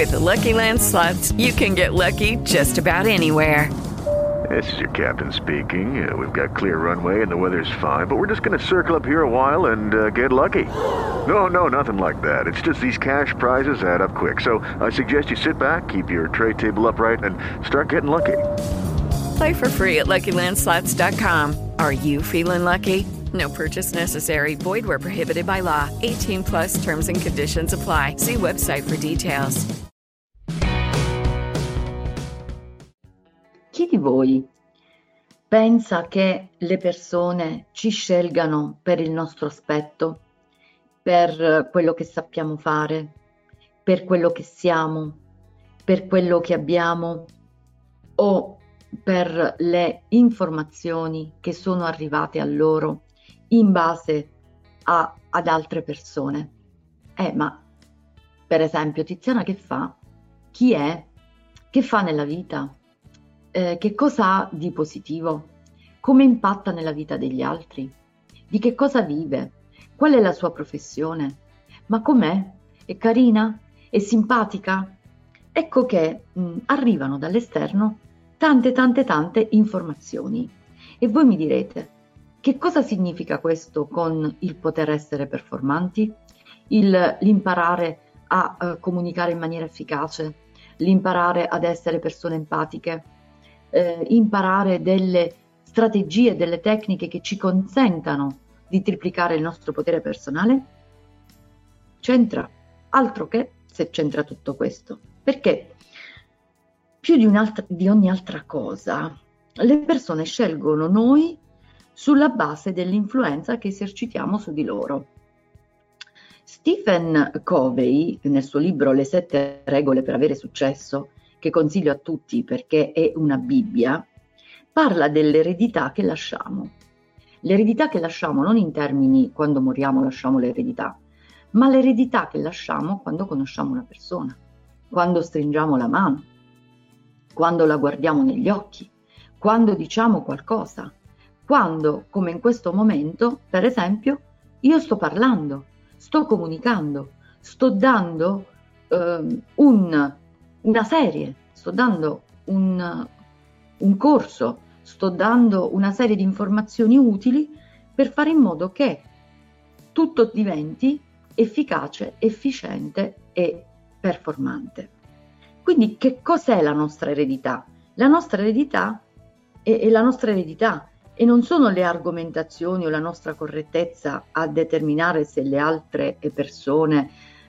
With Lucky Land Slots, you can get lucky just about anywhere. This is your captain speaking. We've got clear runway and the weather's fine, but we're just going to circle up here a while and get lucky. No, nothing like that. It's just these cash prizes add up quick. So I suggest you sit back, keep your tray table upright, and start getting lucky. Play for free at LuckyLandSlots.com. Are you feeling lucky? No purchase necessary. Void where prohibited by law. 18 plus terms and conditions apply. See website for details. Chi di voi pensa che le persone ci scelgano per il nostro aspetto, per quello che sappiamo fare, per quello che siamo, per quello che abbiamo o per le informazioni che sono arrivate a loro in base ad altre persone? Ma per esempio Tiziana che fa? Chi è? Che fa nella vita? Che cosa ha di positivo? Come impatta nella vita degli altri? Di che cosa vive? Qual è la sua professione? Ma com'è? È carina? È simpatica? Ecco che arrivano dall'esterno tante informazioni. E voi mi direte, che cosa significa questo con il poter essere performanti? L'imparare a comunicare in maniera efficace, l'imparare ad essere persone empatiche, imparare delle strategie, delle tecniche che ci consentano di triplicare il nostro potere personale? C'entra, altro che se c'entra tutto questo, perché più di ogni altra cosa le persone scelgono noi sulla base dell'influenza che esercitiamo su di loro. Stephen Covey, nel suo libro Le 7 regole per avere successo, che consiglio a tutti perché è una Bibbia, parla dell'eredità che lasciamo. L'eredità che lasciamo non in termini quando moriamo lasciamo l'eredità, ma l'eredità che lasciamo quando conosciamo una persona, quando stringiamo la mano, quando la guardiamo negli occhi, quando diciamo qualcosa, quando, come in questo momento, per esempio, io sto parlando, sto comunicando, sto dando una serie, sto dando un corso, sto dando una serie di informazioni utili per fare in modo che tutto diventi efficace, efficiente e performante. Quindi che cos'è la nostra eredità? La nostra eredità è la nostra eredità e non sono le argomentazioni o la nostra correttezza a determinare se le altre persone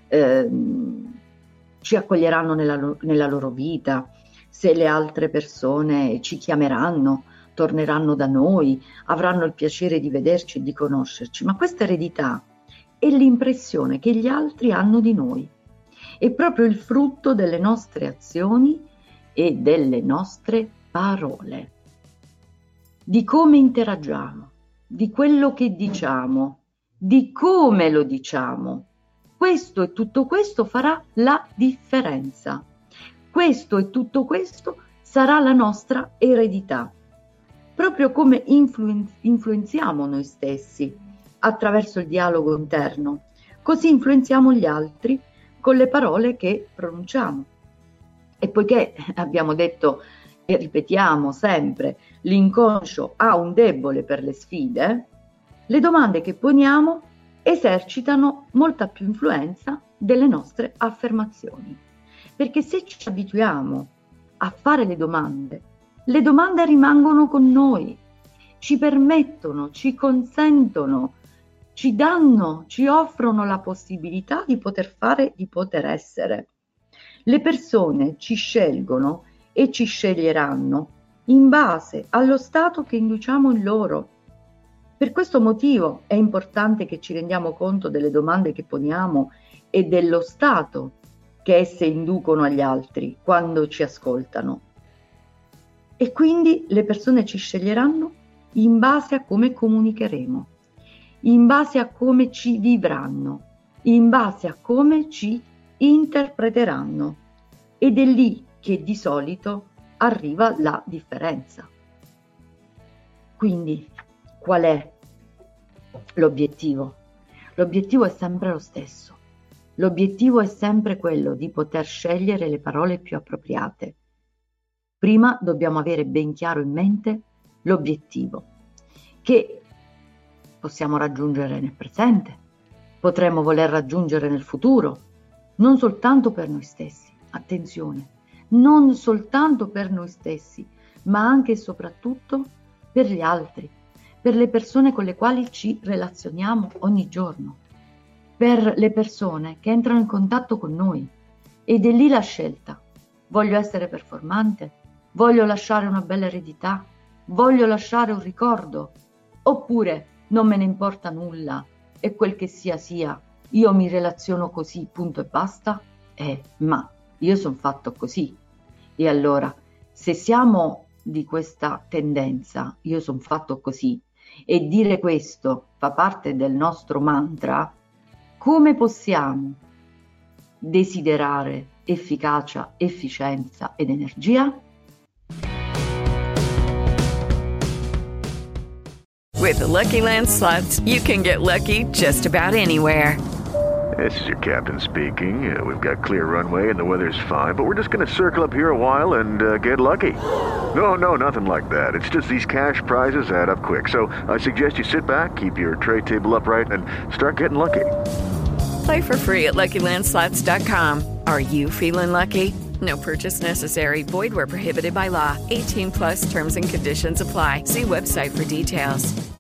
ci accoglieranno nella loro vita, se le altre persone ci chiameranno, torneranno da noi, avranno il piacere di vederci e di conoscerci, ma questa eredità è l'impressione che gli altri hanno di noi, è proprio il frutto delle nostre azioni e delle nostre parole, di come interagiamo, di quello che diciamo, di come lo diciamo. Questo e tutto questo farà la differenza. Questo e tutto questo sarà la nostra eredità. Proprio come influenziamo noi stessi attraverso il dialogo interno, così influenziamo gli altri con le parole che pronunciamo. E poiché abbiamo detto e ripetiamo sempre, l'inconscio ha un debole per le sfide, le domande che poniamo esercitano molta più influenza delle nostre affermazioni. Perché se ci abituiamo a fare le domande rimangono con noi, ci permettono, ci consentono, ci danno, ci offrono la possibilità di poter fare, di poter essere. Le persone ci scelgono e ci sceglieranno in base allo stato che induciamo in loro. Per questo motivo è importante che ci rendiamo conto delle domande che poniamo e dello stato che esse inducono agli altri quando ci ascoltano. E quindi le persone ci sceglieranno in base a come comunicheremo, in base a come ci vivranno, in base a come ci interpreteranno. Ed è lì che di solito arriva la differenza. Quindi, qual è l'obiettivo? L'obiettivo è sempre lo stesso: L'obiettivo è sempre quello di poter scegliere le parole più appropriate. Prima dobbiamo avere ben chiaro in mente l'obiettivo, che possiamo raggiungere nel presente, potremmo voler raggiungere nel futuro, non soltanto per noi stessi, attenzione, non soltanto per noi stessi, ma anche e soprattutto per gli altri, per le persone con le quali ci relazioniamo ogni giorno, per le persone che entrano in contatto con noi. Ed è lì la scelta. Voglio essere performante? Voglio lasciare una bella eredità? Voglio lasciare un ricordo? Oppure non me ne importa nulla e quel che sia sia, io mi relaziono così, punto e basta? Ma io sono fatto così. E allora, se siamo di questa tendenza, io sono fatto così, e dire questo fa parte del nostro mantra, come possiamo desiderare efficacia, efficienza ed energia? With the Lucky Land Slots, you can get lucky just about anywhere. This is your captain speaking. We've got clear runway and the weather's fine, but we're just going to circle up here a while and get lucky. No, nothing like that. It's just these cash prizes add up quick. So I suggest you sit back, keep your tray table upright, and start getting lucky. Play for free at LuckyLandSlots.com. Are you feeling lucky? No purchase necessary. Void where prohibited by law. 18+ terms and conditions apply. See website for details.